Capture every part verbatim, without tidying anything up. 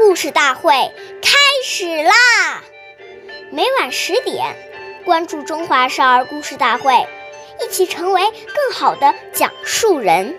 故事大会开始啦！每晚十点，关注中华少儿故事大会，一起成为更好的讲述人。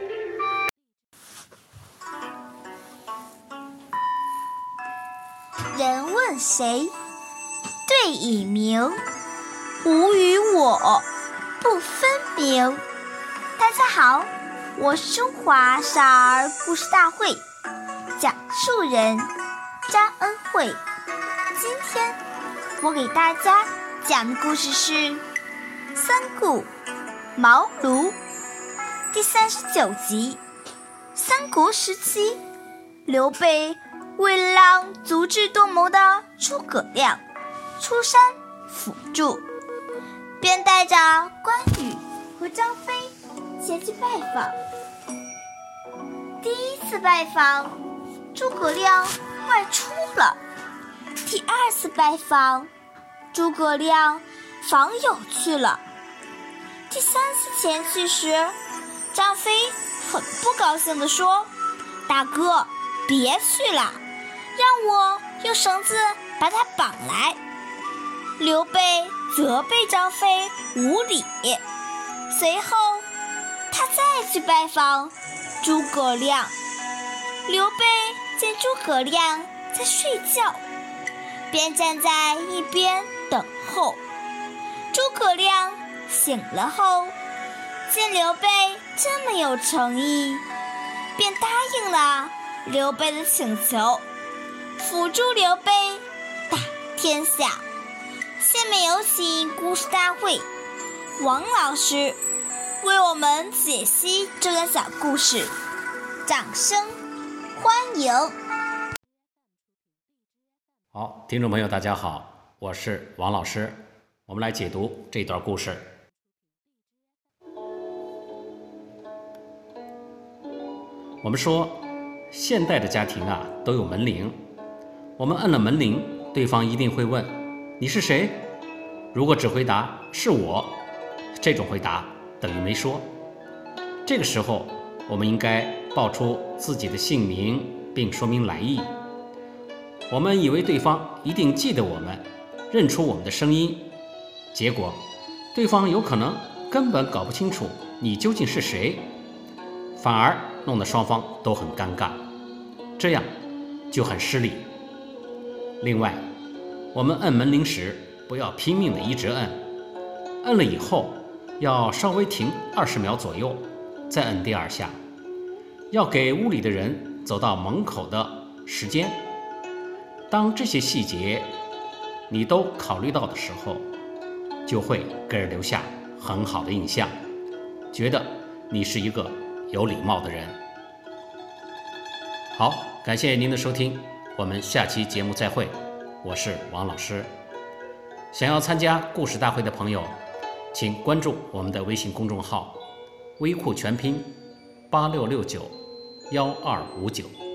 人问谁，对以明，吾与我不分明。大家好，我是中华少儿故事大会讲述人张恩惠。今天我给大家讲的故事是《三顾茅庐》第三十九集。三国时期，刘备为了让足智多谋的诸葛亮出山辅助，便带着关羽和张飞前去拜访。第一次拜访，诸葛亮外出了；第二次拜访，诸葛亮访友去了；第三次前去时，张飞很不高兴地说：“大哥，别去了，让我用绳子把他绑来。”刘备责备张飞无礼。随后他再去拜访诸葛亮，刘备见诸葛亮在睡觉，便站在一边等候。诸葛亮醒了后，见刘备这么有诚意，便答应了刘备的请求，辅助刘备打天下。下面有请故事大会王老师为我们解析这个小故事，掌声欢迎。 好，听众朋友大家好，我是王老师，我们来解读这段故事。我们说现代的家庭啊都有门铃，我们按了门铃，对方一定会问你是谁？如果只回答是我，这种回答等于没说。这个时候我们应该报出自己的姓名并说明来意。我们以为对方一定记得我们，认出我们的声音，结果对方有可能根本搞不清楚你究竟是谁，反而弄得双方都很尴尬，这样就很失礼。另外，我们按门铃时不要拼命的一直按，按了以后要稍微停二十秒左右，再按第二下，要给屋里的人走到门口的时间。当这些细节你都考虑到的时候，就会给人留下很好的印象，觉得你是一个有礼貌的人。好，感谢您的收听，我们下期节目再会，我是王老师。想要参加故事大会的朋友，请关注我们的微信公众号微库全拼八六六九幺二五九。